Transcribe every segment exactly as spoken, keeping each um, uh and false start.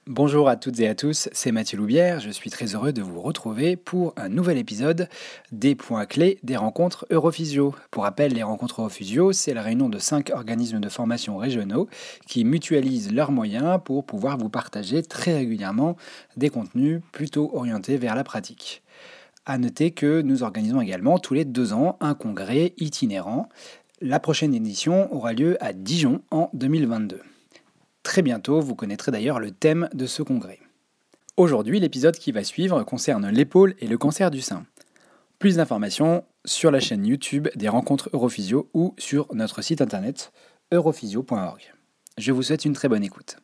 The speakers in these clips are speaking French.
Bonjour à toutes et à tous, c'est Mathieu Loubière, je suis très heureux de vous retrouver pour un nouvel épisode des points clés des rencontres Europhysio. Pour rappel, les rencontres Europhysio, c'est la réunion de cinq organismes de formation régionaux qui mutualisent leurs moyens pour pouvoir vous partager très régulièrement des contenus plutôt orientés vers la pratique. À noter que nous organisons également tous les deux ans un congrès itinérant. La prochaine édition aura lieu à Dijon en deux mille vingt-deux. Très bientôt, vous connaîtrez d'ailleurs le thème de ce congrès. Aujourd'hui, l'épisode qui va suivre concerne l'épaule et le cancer du sein. Plus d'informations sur la chaîne YouTube des rencontres Europhysio ou sur notre site internet europhysio point org. Je vous souhaite une très bonne écoute.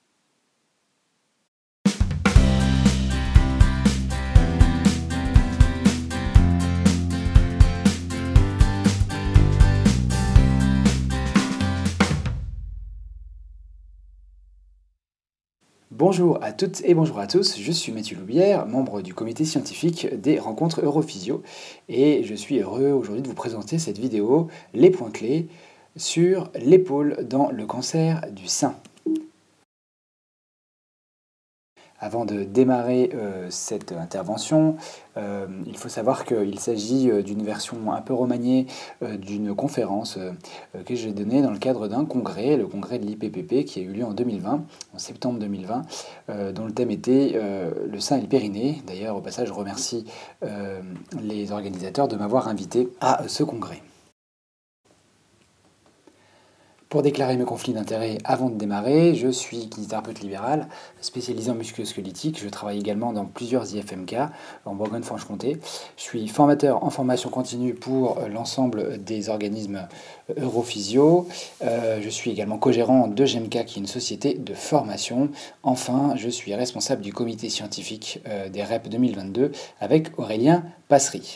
Bonjour à toutes et bonjour à tous, je suis Mathieu Loubière, membre du comité scientifique des rencontres Europhysio et je suis heureux aujourd'hui de vous présenter cette vidéo, les points clés sur l'épaule dans le cancer du sein. Avant de démarrer euh, cette intervention, euh, il faut savoir qu'il s'agit euh, d'une version un peu remaniée euh, d'une conférence euh, que j'ai donnée dans le cadre d'un congrès, le congrès de l'I P P P qui a eu lieu en deux mille vingt, en septembre deux mille vingt, euh, dont le thème était euh, le sein et le périnée. D'ailleurs, au passage, je remercie euh, les organisateurs de m'avoir invité à ce congrès. Pour déclarer mes conflits d'intérêts avant de démarrer, je suis kinésithérapeute libéral, spécialisé en musculo-squelettique. Je travaille également dans plusieurs I F M K en Bourgogne-Franche-Comté. Je suis formateur en formation continue pour l'ensemble des organismes Europhysio. Euh, je suis également co-gérant de G M K, qui est une société de formation. Enfin, je suis responsable du comité scientifique euh, des R E P deux mille vingt-deux avec Aurélien Passery.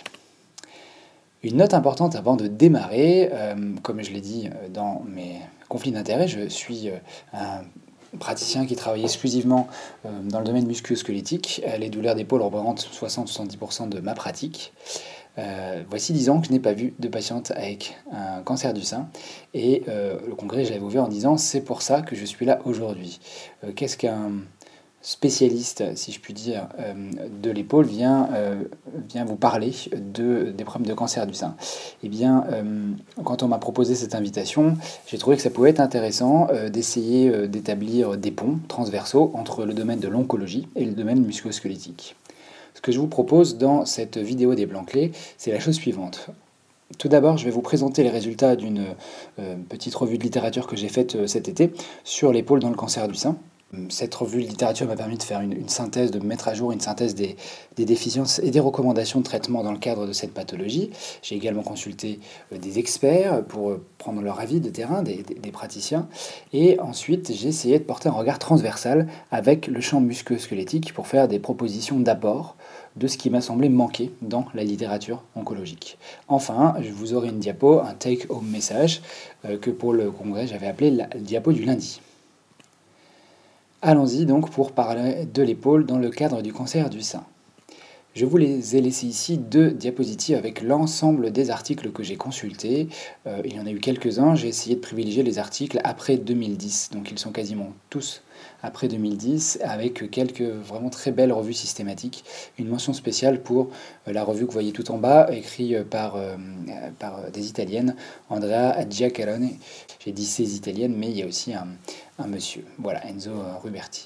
Une note importante avant de démarrer, euh, comme je l'ai dit dans mes conflits d'intérêts, je suis euh, un praticien qui travaille exclusivement euh, dans le domaine musculo-squelettique. Les douleurs d'épaule représentent soixante à soixante-dix pour cent de ma pratique. Euh, voici dix ans que je n'ai pas vu de patiente avec un cancer du sein. Et euh, le congrès, je l'avais ouvert en disant « c'est pour ça que je suis là aujourd'hui euh, ». Qu'est-ce qu'un spécialiste, si je puis dire, euh, de l'épaule vient, euh, vient vous parler de, des problèmes de cancer du sein. Eh bien, euh, quand on m'a proposé cette invitation, j'ai trouvé que ça pouvait être intéressant euh, d'essayer euh, d'établir des ponts transversaux entre le domaine de l'oncologie et le domaine musculo-squelettique. Ce que je vous propose dans cette vidéo des plans clés, c'est la chose suivante. Tout d'abord, je vais vous présenter les résultats d'une euh, petite revue de littérature que j'ai faite euh, cet été sur l'épaule dans le cancer du sein. Cette revue de littérature m'a permis de faire une, une synthèse, de mettre à jour une synthèse des, des déficiences et des recommandations de traitement dans le cadre de cette pathologie. J'ai également consulté euh, des experts pour euh, prendre leur avis de terrain, des, des, des praticiens. Et ensuite, j'ai essayé de porter un regard transversal avec le champ musculo-squelettique pour faire des propositions d'apport de ce qui m'a semblé manquer dans la littérature oncologique. Enfin, je vous aurai une diapo, un take-home message, euh, que pour le congrès, j'avais appelé la diapo du lundi. Allons-y donc pour parler de l'épaule dans le cadre du cancer du sein. Je vous les ai laissés ici deux diapositives avec l'ensemble des articles que j'ai consultés. Euh, il y en a eu quelques-uns, j'ai essayé de privilégier les articles après deux mille dix, donc ils sont quasiment tous après deux mille dix, avec quelques vraiment très belles revues systématiques. Une mention spéciale pour euh, la revue que vous voyez tout en bas, écrite par, euh, par des Italiennes, Andrea Giacalone. J'ai dit ces Italiennes, mais il y a aussi un, un monsieur, voilà, Enzo Ruberti.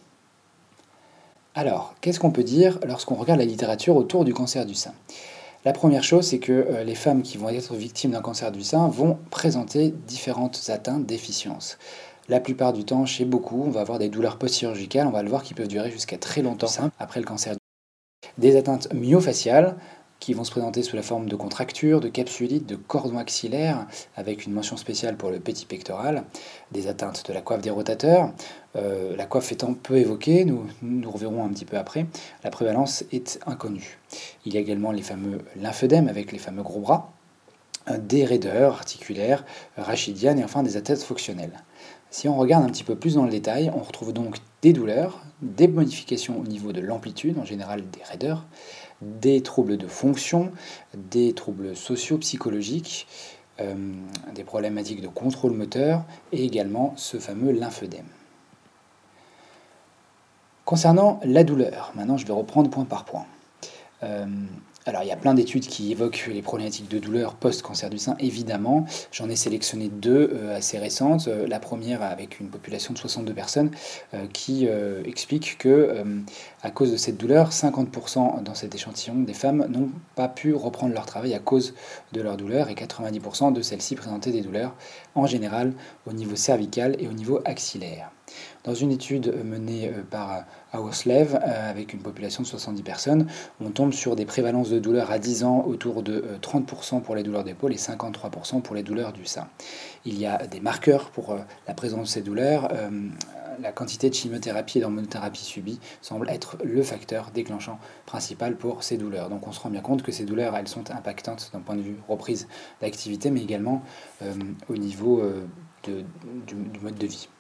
Alors, qu'est-ce qu'on peut dire lorsqu'on regarde la littérature autour du cancer du sein ? La première chose, c'est que euh, les femmes qui vont être victimes d'un cancer du sein vont présenter différentes atteintes, déficiences. La plupart du temps, chez beaucoup, on va avoir des douleurs post-chirurgicales, on va le voir, qui peuvent durer jusqu'à très longtemps après le cancer du sein. Des atteintes myofaciales, qui vont se présenter sous la forme de contractures, de capsulites, de cordons axillaires, avec une mention spéciale pour le petit pectoral, des atteintes de la coiffe des rotateurs. Euh, la coiffe étant peu évoquée, nous, nous reverrons un petit peu après, la prévalence est inconnue. Il y a également les fameux lymphœdèmes avec les fameux gros bras, des raideurs articulaires, rachidiennes et enfin des atteintes fonctionnelles. Si on regarde un petit peu plus dans le détail, on retrouve donc des douleurs, des modifications au niveau de l'amplitude, en général des raideurs, des troubles de fonction, des troubles socio-psychologiques, euh, des problématiques de contrôle moteur et également ce fameux lymphœdème. Concernant la douleur, maintenant je vais reprendre point par point. Euh, alors il y a plein d'études qui évoquent les problématiques de douleur post-cancer du sein, évidemment. J'en ai sélectionné deux euh, assez récentes. Euh, la première avec une population de soixante-deux personnes euh, qui euh, explique que euh, à cause de cette douleur, cinquante pour cent dans cet échantillon des femmes n'ont pas pu reprendre leur travail à cause de leur douleur et quatre-vingt-dix pour cent de celles-ci présentaient des douleurs en général au niveau cervical et au niveau axillaire. Dans une étude menée par Hauslev avec une population de soixante-dix personnes, on tombe sur des prévalences de douleurs à dix ans autour de trente pour cent pour les douleurs d'épaule et cinquante-trois pour cent pour les douleurs du sein. Il y a des marqueurs pour la présence de ces douleurs. La quantité de chimiothérapie et d'hormonothérapie subie semble être le facteur déclenchant principal pour ces douleurs. Donc on se rend bien compte que ces douleurs, elles sont impactantes d'un point de vue reprise d'activité, mais également euh, au niveau euh, de, du, du mode de vie.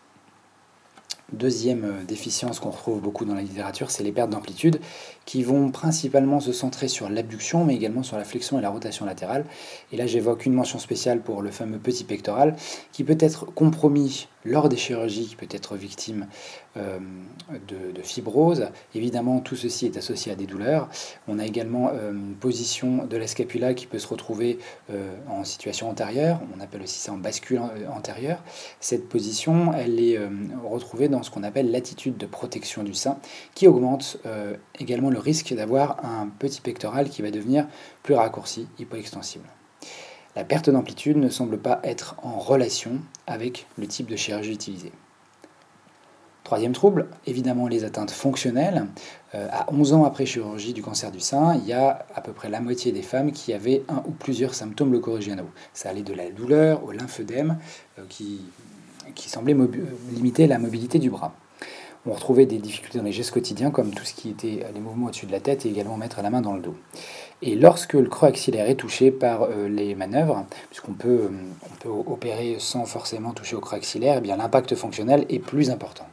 Deuxième déficience qu'on retrouve beaucoup dans la littérature, c'est les pertes d'amplitude qui vont principalement se centrer sur l'abduction, mais également sur la flexion et la rotation latérale. Et là, j'évoque une mention spéciale pour le fameux petit pectoral qui peut être compromis lors des chirurgies, qui peut être victime euh, de, de fibrose. Évidemment, tout ceci est associé à des douleurs. On a également euh, une position de la scapula qui peut se retrouver euh, en situation antérieure. On appelle aussi ça en bascule antérieure. Cette position, elle est euh, retrouvée dans ce qu'on appelle l'attitude de protection du sein, qui augmente euh, également le risque d'avoir un petit pectoral qui va devenir plus raccourci, hypoextensible. La perte d'amplitude ne semble pas être en relation avec le type de chirurgie utilisée. Troisième trouble, évidemment les atteintes fonctionnelles. Euh, à onze ans après chirurgie du cancer du sein, il y a à peu près la moitié des femmes qui avaient un ou plusieurs symptômes leucorégionaux. Ça allait de la douleur au lymphœdème euh, qui, qui semblait limiter la mobilité du bras. On retrouvait des difficultés dans les gestes quotidiens, comme tout ce qui était les mouvements au-dessus de la tête et également mettre la main dans le dos. Et lorsque le creux axillaire est touché par euh, les manœuvres, puisqu'on peut, euh, on peut opérer sans forcément toucher au creux axillaire, eh bien l'impact fonctionnel est plus important.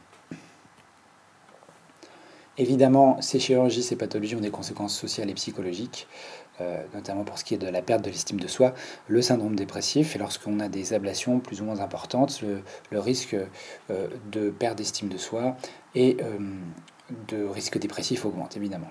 Évidemment, ces chirurgies, ces pathologies ont des conséquences sociales et psychologiques, euh, notamment pour ce qui est de la perte de l'estime de soi, le syndrome dépressif, et lorsqu'on a des ablations plus ou moins importantes, le, le risque euh, de perte d'estime de soi et euh, de risque dépressif augmente, évidemment.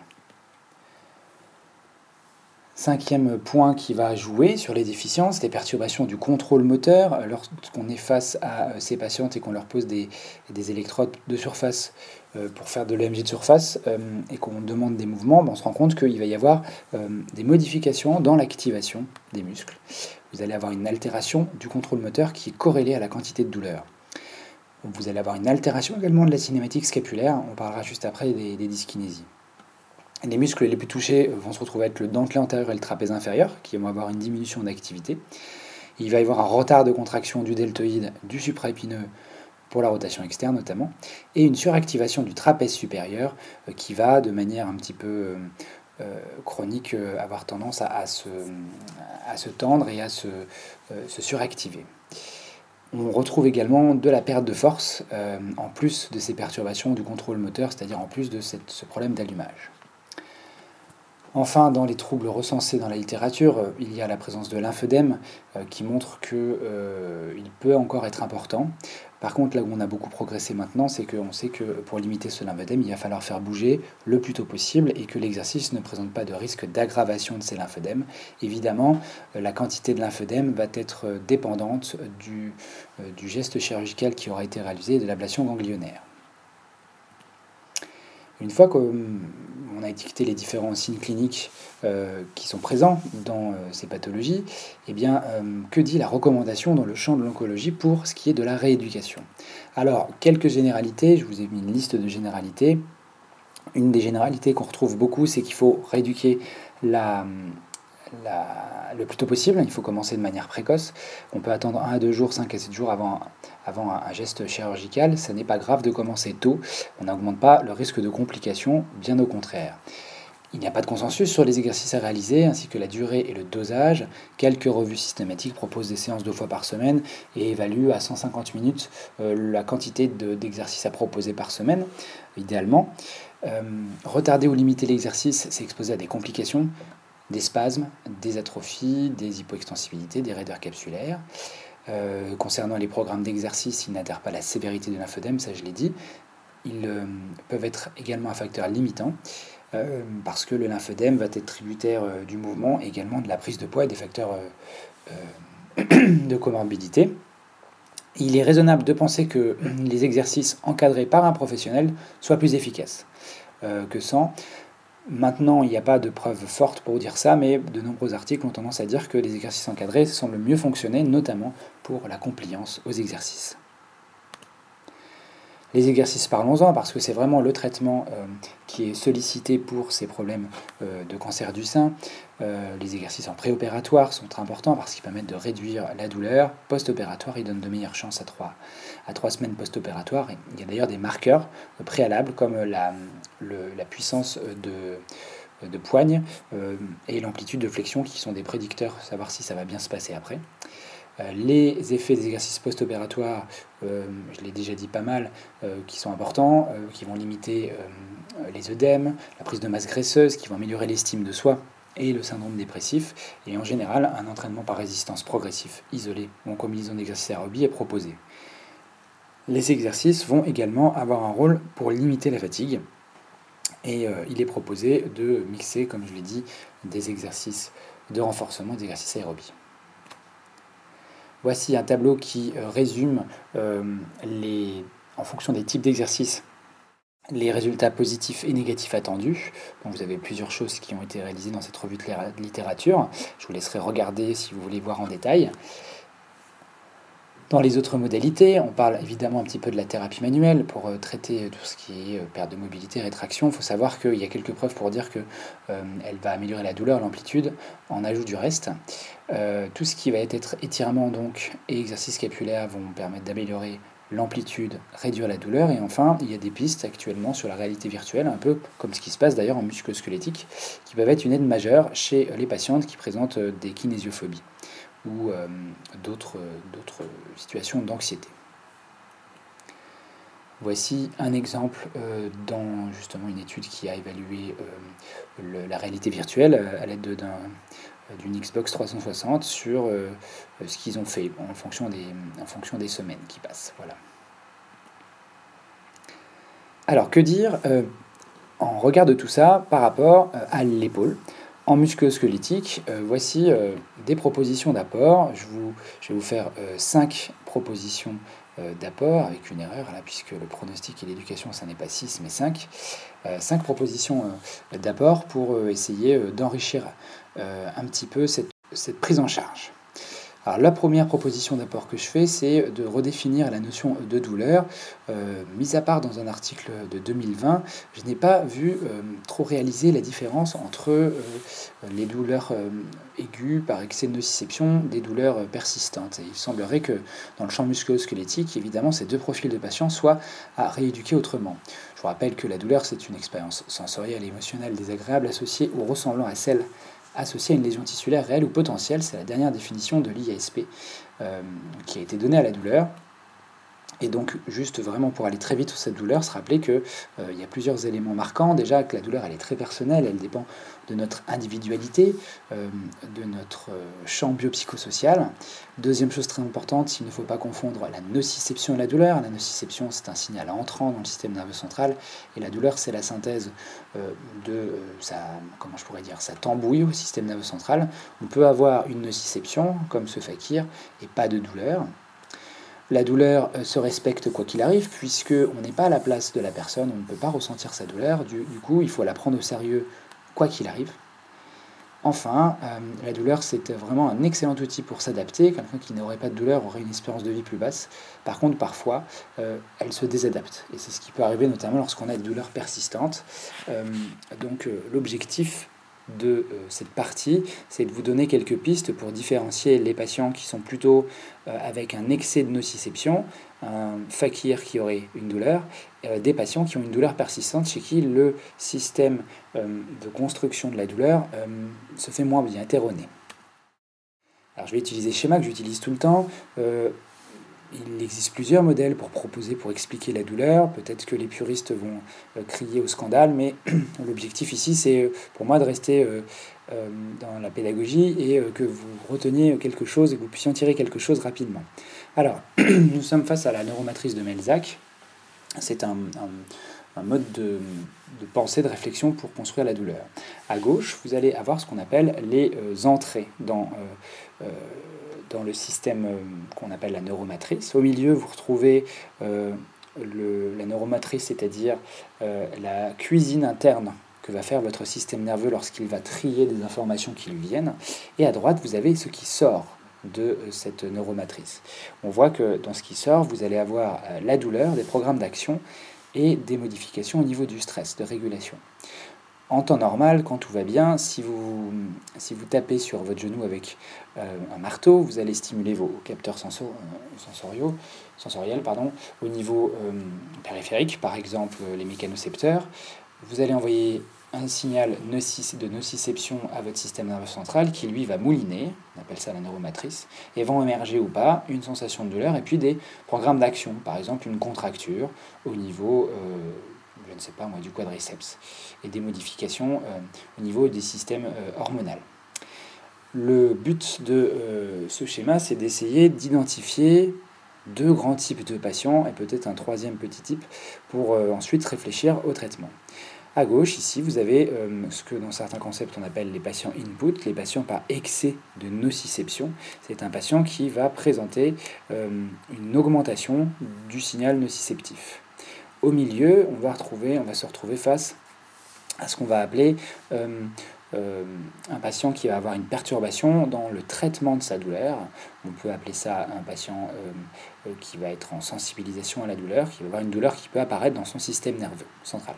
Cinquième point qui va jouer sur les déficiences, les perturbations du contrôle moteur. Lorsqu'on est face à ces patientes et qu'on leur pose des, des électrodes de surface euh, pour faire de l'E M G de surface euh, et qu'on demande des mouvements, ben on se rend compte qu'il va y avoir euh, des modifications dans l'activation des muscles. Vous allez avoir une altération du contrôle moteur qui est corrélée à la quantité de douleur. Vous allez avoir une altération également de la cinématique scapulaire. On parlera juste après des, des dyskinésies. Les muscles les plus touchés vont se retrouver avec le dentelé antérieur et le trapèze inférieur, qui vont avoir une diminution d'activité. Il va y avoir un retard de contraction du deltoïde, du supraépineux pour la rotation externe notamment, et une suractivation du trapèze supérieur qui va, de manière un petit peu euh, chronique, avoir tendance à, à, se, à se tendre et à se, euh, se suractiver. On retrouve également de la perte de force, euh, en plus de ces perturbations du contrôle moteur, c'est-à-dire en plus de cette, ce problème d'allumage. Enfin, dans les troubles recensés dans la littérature, il y a la présence de lymphœdème euh, qui montre qu'il euh, peut encore être important. Par contre, là où on a beaucoup progressé maintenant, c'est qu'on sait que pour limiter ce lymphœdème, il va falloir faire bouger le plus tôt possible et que l'exercice ne présente pas de risque d'aggravation de ces lymphœdèmes. Évidemment, euh, la quantité de lymphœdème va être dépendante du, euh, du geste chirurgical qui aura été réalisé et de l'ablation ganglionnaire. Une fois qu'on a étiqueté les différents signes cliniques euh, qui sont présents dans euh, ces pathologies, eh bien, euh, que dit la recommandation dans le champ de l'oncologie pour ce qui est de la rééducation? Alors, quelques généralités, je vous ai mis une liste de généralités. Une des généralités qu'on retrouve beaucoup, c'est qu'il faut rééduquer la, la, le plus tôt possible. Il faut commencer de manière précoce. On peut attendre un à deux jours, cinq à sept jours avant avant un geste chirurgical. Ça n'est pas grave de commencer tôt. On n'augmente pas le risque de complications, bien au contraire. Il n'y a pas de consensus sur les exercices à réaliser, ainsi que la durée et le dosage. Quelques revues systématiques proposent des séances deux fois par semaine et évaluent à cent cinquante minutes euh, la quantité de, d'exercices à proposer par semaine, idéalement. Euh, retarder ou limiter l'exercice, c'est exposer à des complications, des spasmes, des atrophies, des hypoextensibilités, des raideurs capsulaires. Euh, concernant les programmes d'exercice, ils n'adhèrent pas à la sévérité de lymphœdème, ça je l'ai dit. ils euh, peuvent être également un facteur limitant, euh, parce que le lymphœdème va être tributaire euh, du mouvement et également de la prise de poids et des facteurs euh, euh, de comorbidité. Il est raisonnable de penser que les exercices encadrés par un professionnel soient plus efficaces euh, que sans. Maintenant, il n'y a pas de preuves fortes pour dire ça, mais de nombreux articles ont tendance à dire que les exercices encadrés semblent mieux fonctionner, notamment pour la compliance aux exercices. Les exercices, parlons-en, parce que c'est vraiment le traitement euh, qui est sollicité pour ces problèmes euh, de cancer du sein. Euh, les exercices en préopératoire sont très importants parce qu'ils permettent de réduire la douleur. Post-opératoire, ils donnent de meilleures chances à trois, à trois semaines post-opératoire. Il y a d'ailleurs des marqueurs préalables comme la, le, la puissance de, de poigne euh, et l'amplitude de flexion qui sont des prédicteurs, savoir si ça va bien se passer après. Les effets des exercices post-opératoires, euh, je l'ai déjà dit pas mal, euh, qui sont importants, euh, qui vont limiter euh, les œdèmes, la prise de masse graisseuse, qui vont améliorer l'estime de soi et le syndrome dépressif. Et en général, un entraînement par résistance progressif, isolé ou en combinaison d'exercices aérobie est proposé. Les exercices vont également avoir un rôle pour limiter la fatigue. Et euh, il est proposé de mixer, comme je l'ai dit, des exercices de renforcement et des exercices aérobie. Voici un tableau qui euh, résume, euh, les, en fonction des types d'exercices, les résultats positifs et négatifs attendus. Donc vous avez plusieurs choses qui ont été réalisées dans cette revue de littérature. Je vous laisserai regarder si vous voulez voir en détail. Dans les autres modalités, on parle évidemment un petit peu de la thérapie manuelle pour euh, traiter tout ce qui est euh, perte de mobilité, rétraction. Il faut savoir qu'il y a quelques preuves pour dire qu'elle euh, va améliorer la douleur, l'amplitude, en ajout du reste. Euh, tout ce qui va être étirement donc, et exercice scapulaire vont permettre d'améliorer l'amplitude, réduire la douleur. Et enfin, il y a des pistes actuellement sur la réalité virtuelle, un peu comme ce qui se passe d'ailleurs en musculo-squelettique, qui peuvent être une aide majeure chez les patientes qui présentent des kinésiophobies ou euh, d'autres, d'autres situations d'anxiété. Voici un exemple euh, dans justement une étude qui a évalué euh, le, la réalité virtuelle euh, à l'aide de, d'un, d'une Xbox trois cent soixante sur euh, ce qu'ils ont fait en fonction des, en fonction des semaines qui passent. Voilà. Alors, que dire euh, en regard de tout ça par rapport euh, à l'épaule ? En musculo-squelettique, euh, voici euh, des propositions d'apport. Je, vous, je vais vous faire euh, cinq propositions euh, d'apport, avec une erreur, là, puisque le pronostic et l'éducation, ça n'est pas six, mais cinq. Euh, cinq propositions euh, d'apport pour euh, essayer euh, d'enrichir euh, un petit peu cette, cette prise en charge. Alors, la première proposition d'apport que je fais, c'est de redéfinir la notion de douleur. Euh, mis à part dans un article de deux mille vingt, je n'ai pas vu euh, trop réaliser la différence entre euh, les douleurs euh, aiguës par excès de nociception, des douleurs euh, persistantes. Et il semblerait que dans le champ musculo-squelettique, évidemment, ces deux profils de patients soient à rééduquer autrement. Je vous rappelle que la douleur, c'est une expérience sensorielle et émotionnelle désagréable associée ou ressemblant à celle associée à une lésion tissulaire réelle ou potentielle. C'est la dernière définition de l'I A S P euh, qui a été donnée à la douleur. Et donc, juste vraiment pour aller très vite sur cette douleur, se rappeler qu'il euh, y a plusieurs éléments marquants. Déjà, que la douleur, elle est très personnelle, elle dépend de notre individualité, euh, de notre euh, champ biopsychosocial. Deuxième chose très importante, il ne faut pas confondre la nociception et la douleur. La nociception, c'est un signal entrant dans le système nerveux central, et la douleur, c'est la synthèse euh, de euh, sa, comment je pourrais dire, sa tambouille au système nerveux central. On peut avoir une nociception, comme ce fakir, et pas de douleur. La douleur se respecte quoi qu'il arrive, puisqu'on n'est pas à la place de la personne, on ne peut pas ressentir sa douleur, du, du coup il faut la prendre au sérieux quoi qu'il arrive. Enfin, euh, la douleur c'est vraiment un excellent outil pour s'adapter. Quelqu'un qui n'aurait pas de douleur aurait une espérance de vie plus basse. Par contre, parfois, euh, elle se désadapte. Et c'est ce qui peut arriver notamment lorsqu'on a des douleurs persistantes. Euh, donc euh, l'objectif de euh, cette partie, c'est de vous donner quelques pistes pour différencier les patients qui sont plutôt euh, avec un excès de nociception, un fakir qui aurait une douleur, euh, des patients qui ont une douleur persistante chez qui le système euh, de construction de la douleur euh, se fait moins bien, est erroné. Alors je vais utiliser le schéma que j'utilise tout le temps. Euh, Il existe plusieurs modèles pour proposer, pour expliquer la douleur. Peut-être que les puristes vont euh, crier au scandale, mais l'objectif ici, c'est pour moi de rester euh, euh, dans la pédagogie et euh, que vous reteniez quelque chose et que vous puissiez en tirer quelque chose rapidement. Alors, nous sommes face à la neuromatrice de Melzack. C'est un, un, un mode de, de pensée, de réflexion pour construire la douleur. À gauche, vous allez avoir ce qu'on appelle les euh, entrées dans, euh, euh, dans le système euh, qu'on appelle la neuromatrice. Au milieu, vous retrouvez euh, le, la neuromatrice, c'est-à-dire euh, la cuisine interne que va faire votre système nerveux lorsqu'il va trier des informations qui lui viennent. Et à droite, vous avez ce qui sort de cette neuromatrice. On voit que dans ce qui sort, vous allez avoir la douleur, des programmes d'action et des modifications au niveau du stress, de régulation. En temps normal, quand tout va bien, si vous, si vous tapez sur votre genou avec euh, un marteau, vous allez stimuler vos capteurs sensor, euh, sensoriaux, sensoriels pardon, au niveau euh, périphérique, par exemple les mécanocepteurs. Vous allez envoyer un signal de nociception à votre système nerveux central qui, lui, va mouliner, on appelle ça la neuromatrice, et vont émerger ou pas une sensation de douleur et puis des programmes d'action, par exemple une contracture au niveau, euh, je ne sais pas moi, du quadriceps, et des modifications euh, au niveau des systèmes euh, hormonaux. Le but de euh, ce schéma, c'est d'essayer d'identifier deux grands types de patients et peut-être un troisième petit type pour euh, ensuite réfléchir au traitement. À gauche, ici, vous avez euh, ce que dans certains concepts on appelle les patients input, les patients par excès de nociception. C'est un patient qui va présenter euh, une augmentation du signal nociceptif. Au milieu, on va, retrouver, on va se retrouver face à ce qu'on va appeler euh, euh, un patient qui va avoir une perturbation dans le traitement de sa douleur. On peut appeler ça un patient euh, qui va être en sensibilisation à la douleur, qui va avoir une douleur qui peut apparaître dans son système nerveux central.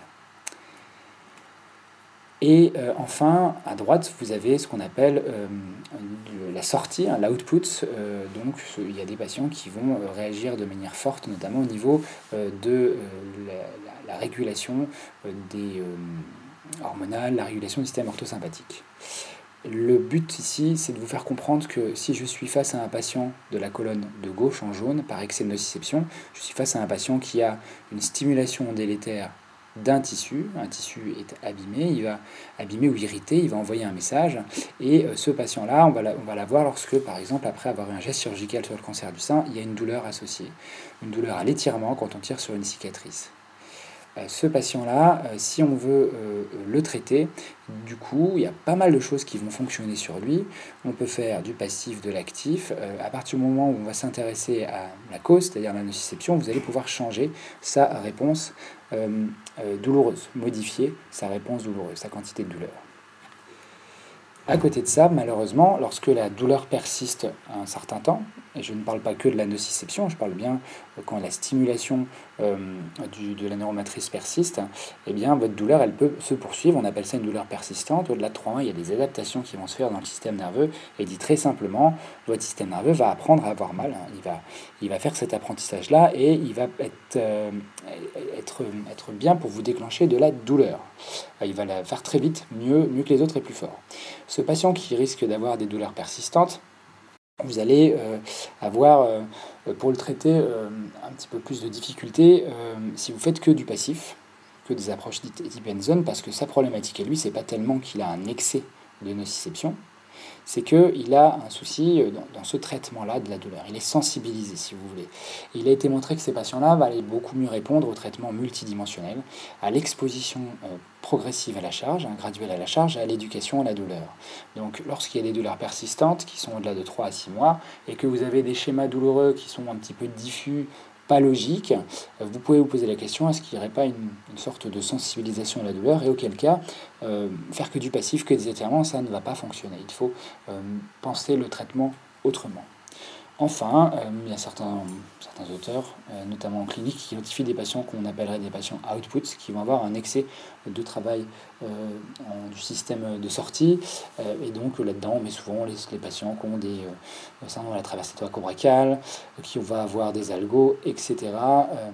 Et euh, enfin, à droite, vous avez ce qu'on appelle euh, la sortie, hein, l'output. Euh, donc, il y a des patients qui vont euh, réagir de manière forte, notamment au niveau euh, de euh, la, la, la régulation euh, des euh, hormonales, la régulation du système orthosympathique. Le but ici, c'est de vous faire comprendre que si je suis face à un patient de la colonne de gauche en jaune, par excès de nociception, je suis face à un patient qui a une stimulation délétère d'un tissu, un tissu est abîmé, il va abîmer ou irriter, il va envoyer un message, et ce patient-là, on va, la, on va l'avoir lorsque, par exemple, après avoir eu un geste chirurgical sur le cancer du sein, il y a une douleur associée, une douleur à l'étirement quand on tire sur une cicatrice. Ce patient-là, si on veut le traiter, du coup, il y a pas mal de choses qui vont fonctionner sur lui. On peut faire du passif, de l'actif. À partir du moment où on va s'intéresser à la cause, c'est-à-dire la nociception, vous allez pouvoir changer sa réponse euh, euh, douloureuse, modifier sa réponse douloureuse, sa quantité de douleur. À côté de ça, malheureusement, lorsque la douleur persiste un certain temps, et je ne parle pas que de la nociception, je parle bien quand la stimulation euh, du, de la neuromatrice persiste, eh bien votre douleur elle peut se poursuivre, on appelle ça une douleur persistante. Au-delà de trois mois, il y a des adaptations qui vont se faire dans le système nerveux, et dit très simplement, votre système nerveux va apprendre à avoir mal, il va, il va faire cet apprentissage-là, et il va être, euh, être, être bien pour vous déclencher de la douleur. Il va la faire très vite, mieux, mieux que les autres et plus fort. Ce patient qui risque d'avoir des douleurs persistantes, vous allez euh, avoir, euh, pour le traiter, euh, un petit peu plus de difficultés euh, si vous faites que du passif, que des approches type hands-on, parce que sa problématique à lui, c'est pas tellement qu'il a un excès de nociception, c'est qu'il a un souci dans, dans ce traitement-là de la douleur. Il est sensibilisé, si vous voulez. Et il a été montré que ces patients-là vont aller beaucoup mieux répondre au traitement multidimensionnel, à l'exposition euh, progressive à la charge, hein, graduelle à la charge, à l'éducation à la douleur. Donc, lorsqu'il y a des douleurs persistantes, qui sont au-delà de trois à six mois, et que vous avez des schémas douloureux qui sont un petit peu diffus, pas logique, vous pouvez vous poser la question, est-ce qu'il n'y aurait pas une, une sorte de sensibilisation à la douleur, et auquel cas, euh, faire que du passif, que des étirements, ça ne va pas fonctionner. Il faut euh, penser le traitement autrement. Enfin, euh, il y a certains, certains auteurs, euh, notamment en clinique, qui identifient des patients qu'on appellerait des patients outputs, qui vont avoir un excès de travail euh, en, du système de sortie. Euh, et donc là-dedans, on met souvent les, les patients qui ont des euh, syndrome de la traversée thoraco-brachiale, qui va avoir des algos, et cetera. Euh,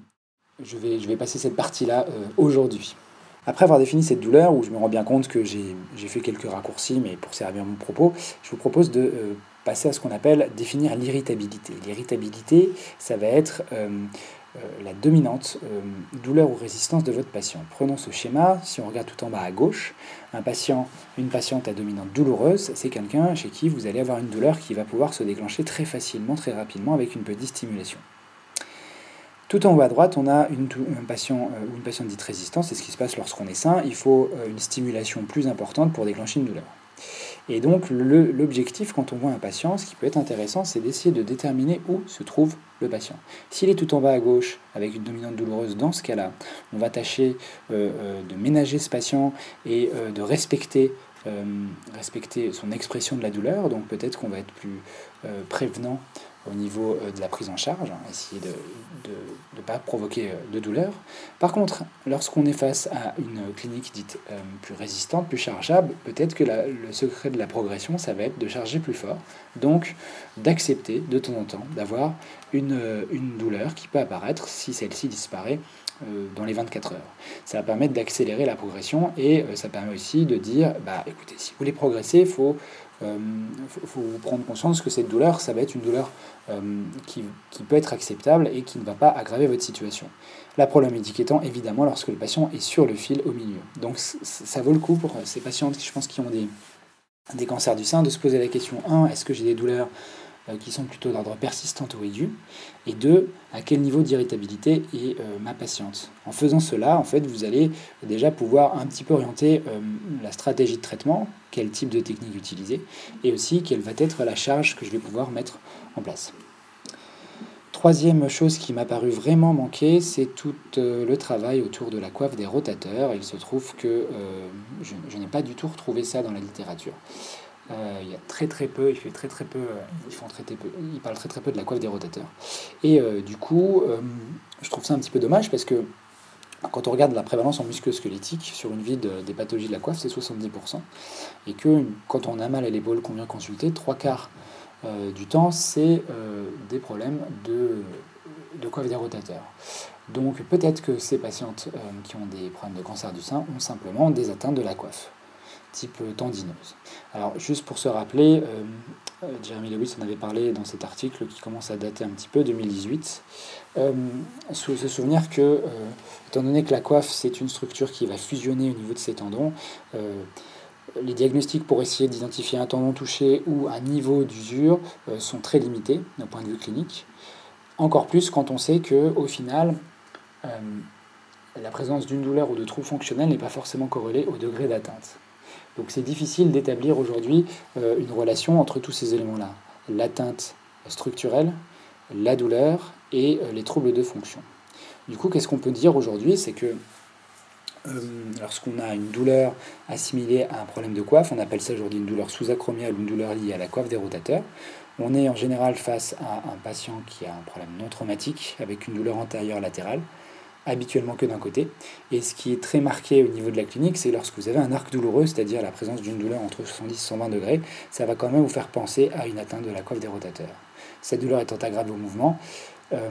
je, vais, je vais passer cette partie-là euh, aujourd'hui. Après avoir défini cette douleur, où je me rends bien compte que j'ai, j'ai fait quelques raccourcis, mais pour servir mon propos, je vous propose de euh, passer à ce qu'on appelle définir l'irritabilité. L'irritabilité, ça va être euh, euh, la dominante euh, douleur ou résistance de votre patient. Prenons ce schéma, si on regarde tout en bas à gauche, un patient, une patiente à dominante douloureuse, c'est quelqu'un chez qui vous allez avoir une douleur qui va pouvoir se déclencher très facilement, très rapidement, avec une petite stimulation. Tout en haut à droite, on a une, un patient euh, ou une patiente dite résistante. C'est ce qui se passe lorsqu'on est sain. Il faut euh, une stimulation plus importante pour déclencher une douleur. Et donc le- l'objectif quand on voit un patient, ce qui peut être intéressant, c'est d'essayer de déterminer où se trouve le patient. S'il est tout en bas à gauche avec une dominante douloureuse, dans ce cas-là, on va tâcher euh, euh, de ménager ce patient et euh, de respecter, euh, respecter son expression de la douleur. Donc peut-être qu'on va être plus euh, prévenant au niveau euh, de la prise en charge, hein, essayer de ne pas provoquer euh, de douleur. Par contre, lorsqu'on est face à une clinique dite euh, plus résistante, plus chargeable, peut-être que la- le secret de la progression, ça va être de charger plus fort, donc d'accepter de temps en temps d'avoir une, euh, une douleur qui peut apparaître si celle-ci disparaît euh, dans les vingt-quatre heures. Ça va permettre d'accélérer la progression et euh, ça permet aussi de dire, bah écoutez, si vous voulez progresser, il faut, euh, faut, faut prendre conscience que cette douleur, ça va être une douleur euh, qui, qui peut être acceptable et qui ne va pas aggraver votre situation. La problématique étant évidemment lorsque le patient est sur le fil au milieu. Donc ça vaut le coup pour ces patientes, je pense, qui ont des, des cancers du sein, de se poser la question un, est-ce que j'ai des douleurs euh, qui sont plutôt d'ordre persistante ou aigu, et deux, à quel niveau d'irritabilité est euh, ma patiente. En faisant cela, en fait, vous allez déjà pouvoir un petit peu orienter euh, la stratégie de traitement, quel type de technique utiliser, et aussi quelle va être la charge que je vais pouvoir mettre en place. Troisième chose qui m'a paru vraiment manquer, c'est tout euh, le travail autour de la coiffe des rotateurs. Il se trouve que euh, je, je n'ai pas du tout retrouvé ça dans la littérature. Euh, il y a très très peu, il fait très très peu, euh, ils font très très peu, ils parlent très très peu de la coiffe des rotateurs. Et euh, du coup, euh, je trouve ça un petit peu dommage parce que quand on regarde la prévalence en musculo-squelettique sur une vie de, des pathologies de la coiffe, c'est soixante-dix pour cent. Et que quand on a mal à l'épaule, qu'on vient consulter, trois quarts euh, du temps, c'est euh, des problèmes de, de coiffe des rotateurs. Donc peut-être que ces patientes euh, qui ont des problèmes de cancer du sein ont simplement des atteintes de la coiffe, type tendineuses. Alors juste pour se rappeler, euh, Jeremy Lewis en avait parlé dans cet article qui commence à dater un petit peu, deux mille dix-huit, euh, se souvenir que, euh, étant donné que la coiffe c'est une structure qui va fusionner au niveau de ces tendons, euh, les diagnostics pour essayer d'identifier un tendon touché ou un niveau d'usure euh, sont très limités d'un point de vue clinique. Encore plus quand on sait qu'au final, euh, la présence d'une douleur ou de troubles fonctionnels n'est pas forcément corrélée au degré d'atteinte. Donc c'est difficile d'établir aujourd'hui euh, une relation entre tous ces éléments-là. L'atteinte structurelle, la douleur et euh, les troubles de fonction. Du coup, qu'est-ce qu'on peut dire aujourd'hui? C'est que euh, lorsqu'on a une douleur assimilée à un problème de coiffe, on appelle ça aujourd'hui une douleur sous-acromiale ou une douleur liée à la coiffe des rotateurs. On est en général face à un patient qui a un problème non traumatique avec une douleur antérieure latérale, habituellement que d'un côté. Et ce qui est très marqué au niveau de la clinique, c'est lorsque vous avez un arc douloureux, c'est-à-dire la présence d'une douleur entre soixante-dix et cent vingt degrés, ça va quand même vous faire penser à une atteinte de la coiffe des rotateurs. Cette douleur étant aggravée au mouvement, euh,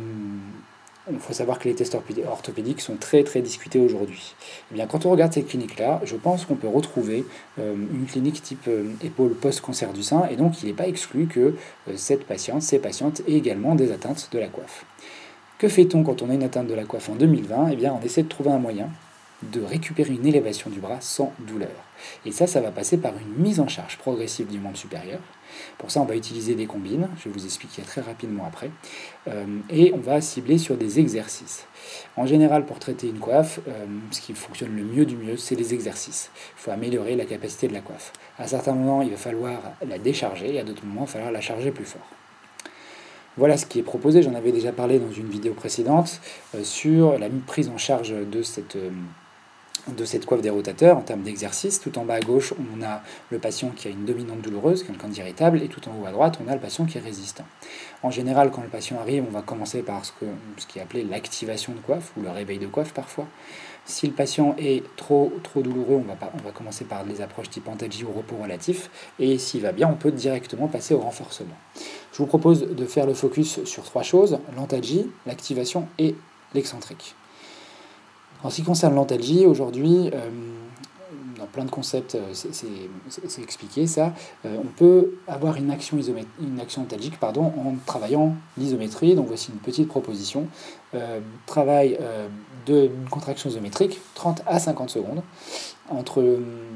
il faut savoir que les tests orthopédiques sont très très discutés aujourd'hui. Eh bien, quand on regarde cette clinique-là, je pense qu'on peut retrouver euh, une clinique type euh, épaule post-cancer du sein, et donc il n'est pas exclu que euh, cette patiente, ces patientes aient également des atteintes de la coiffe. Que fait-on quand on a une atteinte de la coiffe en deux mille vingt? Eh bien, on essaie de trouver un moyen de récupérer une élévation du bras sans douleur. Et ça, ça va passer par une mise en charge progressive du membre supérieur. Pour ça, on va utiliser des combines, je vais vous expliquer très rapidement après, euh, et on va cibler sur des exercices. En général, pour traiter une coiffe, euh, ce qui fonctionne le mieux du mieux, c'est les exercices. Il faut améliorer la capacité de la coiffe. À certains moments, il va falloir la décharger, et à d'autres moments, il va falloir la charger plus fort. Voilà ce qui est proposé, j'en avais déjà parlé dans une vidéo précédente, euh, sur la prise en charge de cette... Euh, de cette coiffe des rotateurs en termes d'exercice. Tout en bas à gauche, on a le patient qui a une dominante douloureuse, quelqu'un d'irritable, et tout en haut à droite, on a le patient qui est résistant. En général, quand le patient arrive, on va commencer par ce, que, ce qui est appelé l'activation de coiffe, ou le réveil de coiffe parfois. Si le patient est trop, trop douloureux, on va, pas, on va commencer par les approches type antalgie ou repos relatif, et s'il va bien, on peut directement passer au renforcement. Je vous propose de faire le focus sur trois choses, l'antalgie, l'activation et l'excentrique. En ce qui concerne l'antalgie, aujourd'hui, euh, dans plein de concepts, c'est expliqué ça, euh, on peut avoir une action, une action antalgique pardon, en travaillant l'isométrie. Donc voici une petite proposition. Euh, travail euh, d'une contraction isométrique, trente à cinquante secondes, entre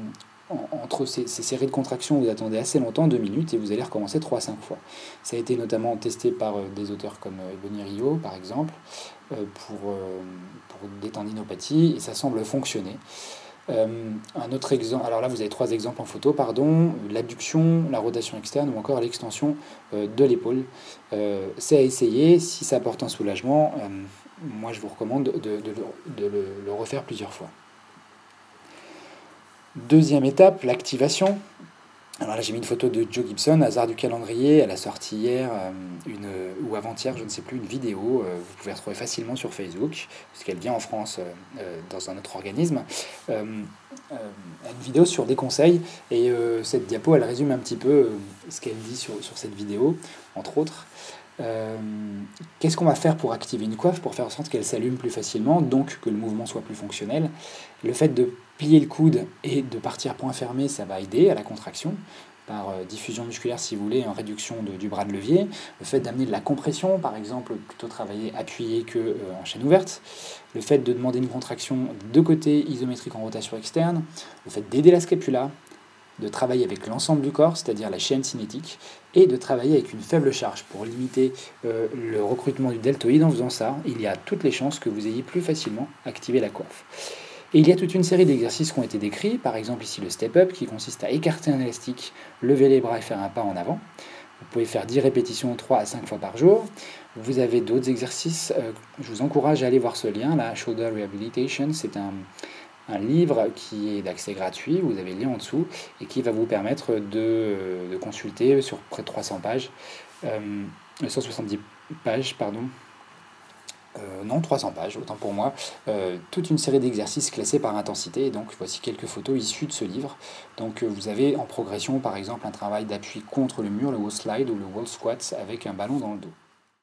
en- entre ces, ces séries de contractions, vous attendez assez longtemps, deux minutes, et vous allez recommencer trois à cinq fois. Ça a été notamment testé par euh, des auteurs comme euh, Ebony Rio, par exemple, euh, pour, euh, pour des tendinopathies, et ça semble fonctionner. Euh, un autre exemple, alors là vous avez trois exemples en photo, pardon, l'abduction, la rotation externe ou encore l'extension euh, de l'épaule. Euh, c'est à essayer, si ça apporte un soulagement, euh, moi je vous recommande de, de le, de le- le refaire plusieurs fois. Deuxième étape, l'activation. Alors là, j'ai mis une photo de Joe Gibson, hasard du calendrier. Elle a sorti hier, euh, une, ou avant-hier, je ne sais plus, une vidéo. Euh, vous pouvez la retrouver facilement sur Facebook, puisqu'elle vient en France euh, euh, dans un autre organisme. Euh, euh, une vidéo sur des conseils. Et euh, cette diapo, elle résume un petit peu euh, ce qu'elle dit sur, sur cette vidéo, entre autres. Euh, Qu'est-ce qu'on va faire pour activer une coiffe, pour faire en sorte qu'elle s'allume plus facilement, donc que le mouvement soit plus fonctionnel? Le fait de plier le coude et de partir point fermé, ça va aider à la contraction, par euh, diffusion musculaire si vous voulez, en réduction de- du bras de levier. Le fait d'amener de la compression, par exemple, plutôt travailler appuyé que euh, en chaîne ouverte. Le fait de demander une contraction de côté isométrique en rotation externe. Le fait d'aider la scapula, de travailler avec l'ensemble du corps, c'est-à-dire la chaîne cinétique, et de travailler avec une faible charge pour limiter euh, le recrutement du deltoïde. En faisant ça, il y a toutes les chances que vous ayez plus facilement activé la coiffe. Et il y a toute une série d'exercices qui ont été décrits, par exemple ici le step-up qui consiste à écarter un élastique, lever les bras et faire un pas en avant. Vous pouvez faire dix répétitions trois à cinq fois par jour. Vous avez d'autres exercices, euh, je vous encourage à aller voir ce lien, là, Shoulder Rehabilitation, c'est un, un livre qui est d'accès gratuit, vous avez le lien en dessous, et qui va vous permettre de, de consulter sur près de trois cents pages, euh, cent soixante-dix pages, pardon, euh, non, trois cents pages, autant pour moi, euh, toute une série d'exercices classés par intensité. Et donc, voici quelques photos issues de ce livre. Donc, euh, vous avez en progression, par exemple, un travail d'appui contre le mur, le wall slide ou le wall squat avec un ballon dans le dos.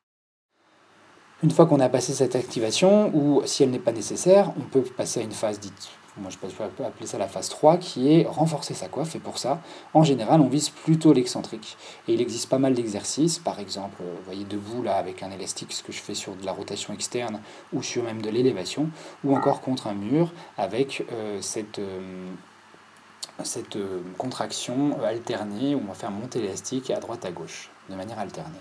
Une fois qu'on a passé cette activation, ou si elle n'est pas nécessaire, on peut passer à une phase dite, moi je peux appeler ça la phase trois, qui est renforcer sa coiffe. Et pour ça, en général, on vise plutôt l'excentrique. Et il existe pas mal d'exercices, par exemple, vous voyez debout là avec un élastique, ce que je fais sur de la rotation externe ou sur même de l'élévation, ou encore contre un mur avec euh, cette, euh, cette euh, contraction alternée où on va faire monter l'élastique à droite à gauche, de manière alternée.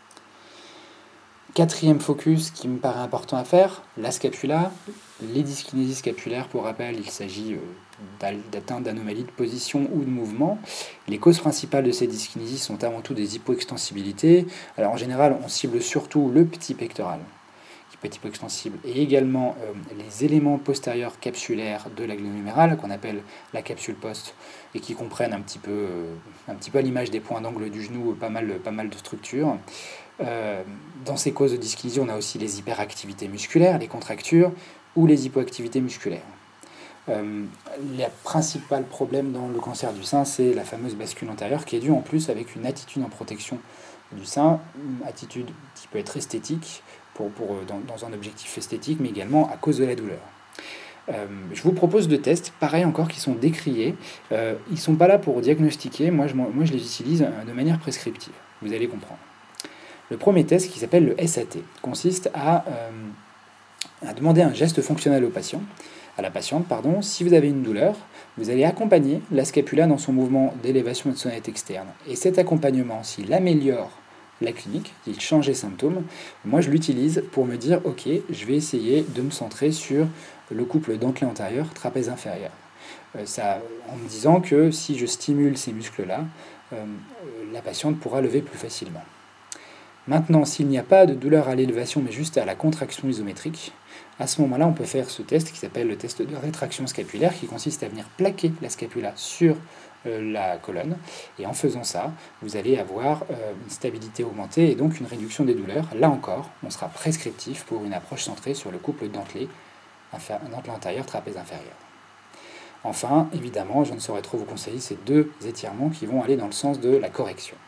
Quatrième focus qui me paraît important à faire, la scapula, les dyskinésies scapulaires. Pour rappel, il s'agit euh, d'atteinte d'anomalies de position ou de mouvement. Les causes principales de ces dyskinésies sont avant tout des hypoextensibilités. Alors en général, on cible surtout le petit pectoral, qui peut être hypoextensible, et également euh, les éléments postérieurs capsulaires de la glande humérale, qu'on appelle la capsule post, et qui comprennent un petit peu, euh, un petit peu à l'image des points d'angle du genou, pas mal, pas mal de structures. Euh, dans ces causes de dyskinésie, on a aussi les hyperactivités musculaires, les contractures ou les hypoactivités musculaires. Euh, le principal problème dans le cancer du sein, c'est la fameuse bascule antérieure qui est due en plus avec une attitude en protection du sein, une attitude qui peut être esthétique, pour, pour, dans, dans un objectif esthétique, mais également à cause de la douleur. Euh, je vous propose deux tests, pareil encore, qui sont décriés. Euh, ils ne sont pas là pour diagnostiquer, moi je, moi je les utilise de manière prescriptive, vous allez comprendre. Le premier test, qui s'appelle le S A T, consiste à, euh, à demander un geste fonctionnel au patient, à la patiente. Pardon. Si vous avez une douleur, vous allez accompagner la scapula dans son mouvement d'élévation et de sonnette externe. Et cet accompagnement, s'il améliore la clinique, s'il change les symptômes, moi je l'utilise pour me dire, ok, je vais essayer de me centrer sur le couple dentelé antérieur, trapèze inférieur. Euh, ça, en me disant que si je stimule ces muscles-là, euh, la patiente pourra lever plus facilement. Maintenant, s'il n'y a pas de douleur à l'élévation, mais juste à la contraction isométrique, à ce moment-là, on peut faire ce test qui s'appelle le test de rétraction scapulaire, qui consiste à venir plaquer la scapula sur euh, la colonne. Et en faisant ça, vous allez avoir euh, une stabilité augmentée et donc une réduction des douleurs. Là encore, on sera prescriptif pour une approche centrée sur le couple dentelé, dentelé antérieur, trapèze inférieur. Enfin, évidemment, je ne saurais trop vous conseiller ces deux étirements qui vont aller dans le sens de la correction.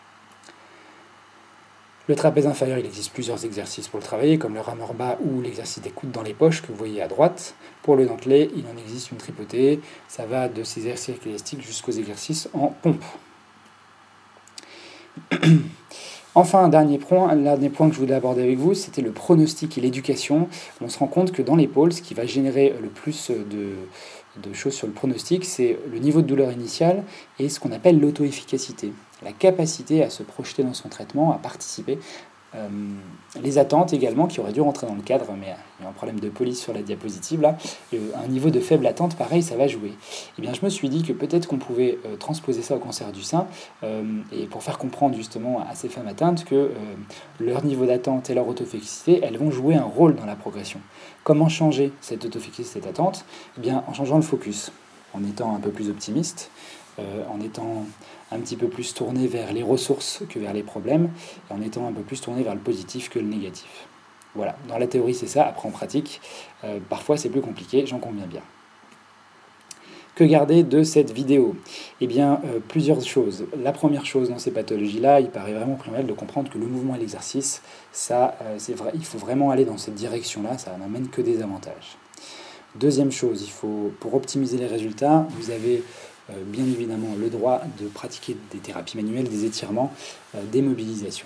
Le trapèze inférieur, il existe plusieurs exercices pour le travailler, comme le rameur bas ou l'exercice des coudes dans les poches que vous voyez à droite. Pour le dentelé, il en existe une tripotée. Ça va de ces exercices élastiques jusqu'aux exercices en pompe. Enfin, un dernier point, un dernier point que je voulais aborder avec vous, c'était le pronostic et l'éducation. On se rend compte que dans l'épaule, ce qui va générer le plus de, de choses sur le pronostic, c'est le niveau de douleur initiale et ce qu'on appelle l'auto-efficacité, la capacité à se projeter dans son traitement, à participer. Euh, les attentes également, qui auraient dû rentrer dans le cadre, mais il y a un problème de police sur la diapositive là, et un niveau de faible attente, pareil, ça va jouer. Et bien, je me suis dit que peut-être qu'on pouvait euh, transposer ça au cancer du sein, euh, et pour faire comprendre justement à ces femmes atteintes que euh, leur niveau d'attente et leur autofixité, elles vont jouer un rôle dans la progression. Comment changer cette autofixité, cette attente? Eh bien, en changeant le focus, en étant un peu plus optimiste, euh, en étant un petit peu plus tourné vers les ressources que vers les problèmes, et en étant un peu plus tourné vers le positif que le négatif. Voilà, dans la théorie c'est ça, après en pratique, euh, parfois c'est plus compliqué, j'en conviens bien. Que garder de cette vidéo? Eh bien, euh, plusieurs choses. La première chose dans ces pathologies-là, il paraît vraiment primordial de comprendre que le mouvement et l'exercice, ça, euh, c'est vrai, il faut vraiment aller dans cette direction-là, ça n'amène que des avantages. Deuxième chose, il faut, pour optimiser les résultats, vous avez euh, bien évidemment le droit de pratiquer des thérapies manuelles, des étirements, euh, des mobilisations.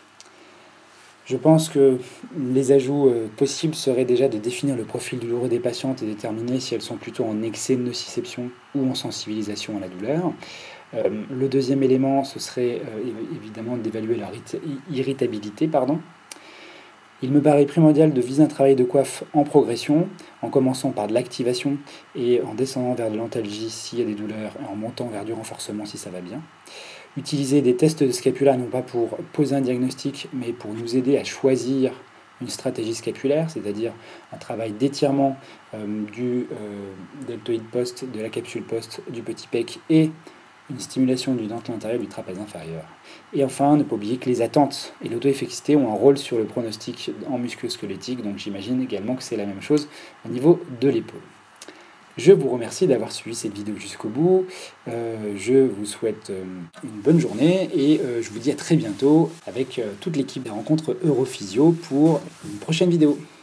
Je pense que les ajouts euh, possibles seraient déjà de définir le profil douloureux des patientes et déterminer si elles sont plutôt en excès de nociception ou en sensibilisation à la douleur. Euh, le deuxième élément, ce serait euh, évidemment d'évaluer leur irritabilité, pardon. Il me paraît primordial de viser un travail de coiffe en progression, en commençant par de l'activation et en descendant vers de l'antalgie s'il y a des douleurs et en montant vers du renforcement si ça va bien. Utiliser des tests de scapula non pas pour poser un diagnostic, mais pour nous aider à choisir une stratégie scapulaire, c'est-à-dire un travail d'étirement euh, du euh, deltoïde post, de la capsule post, du petit pec et une stimulation du dentin intérieur du trapèze inférieur. Et enfin, ne pas oublier que les attentes et l'auto-effectivité ont un rôle sur le pronostic en musculo-squelettique, donc j'imagine également que c'est la même chose au niveau de l'épaule. Je vous remercie d'avoir suivi cette vidéo jusqu'au bout. Euh, je vous souhaite euh, une bonne journée et euh, je vous dis à très bientôt avec euh, toute l'équipe des rencontres Europhysio pour une prochaine vidéo.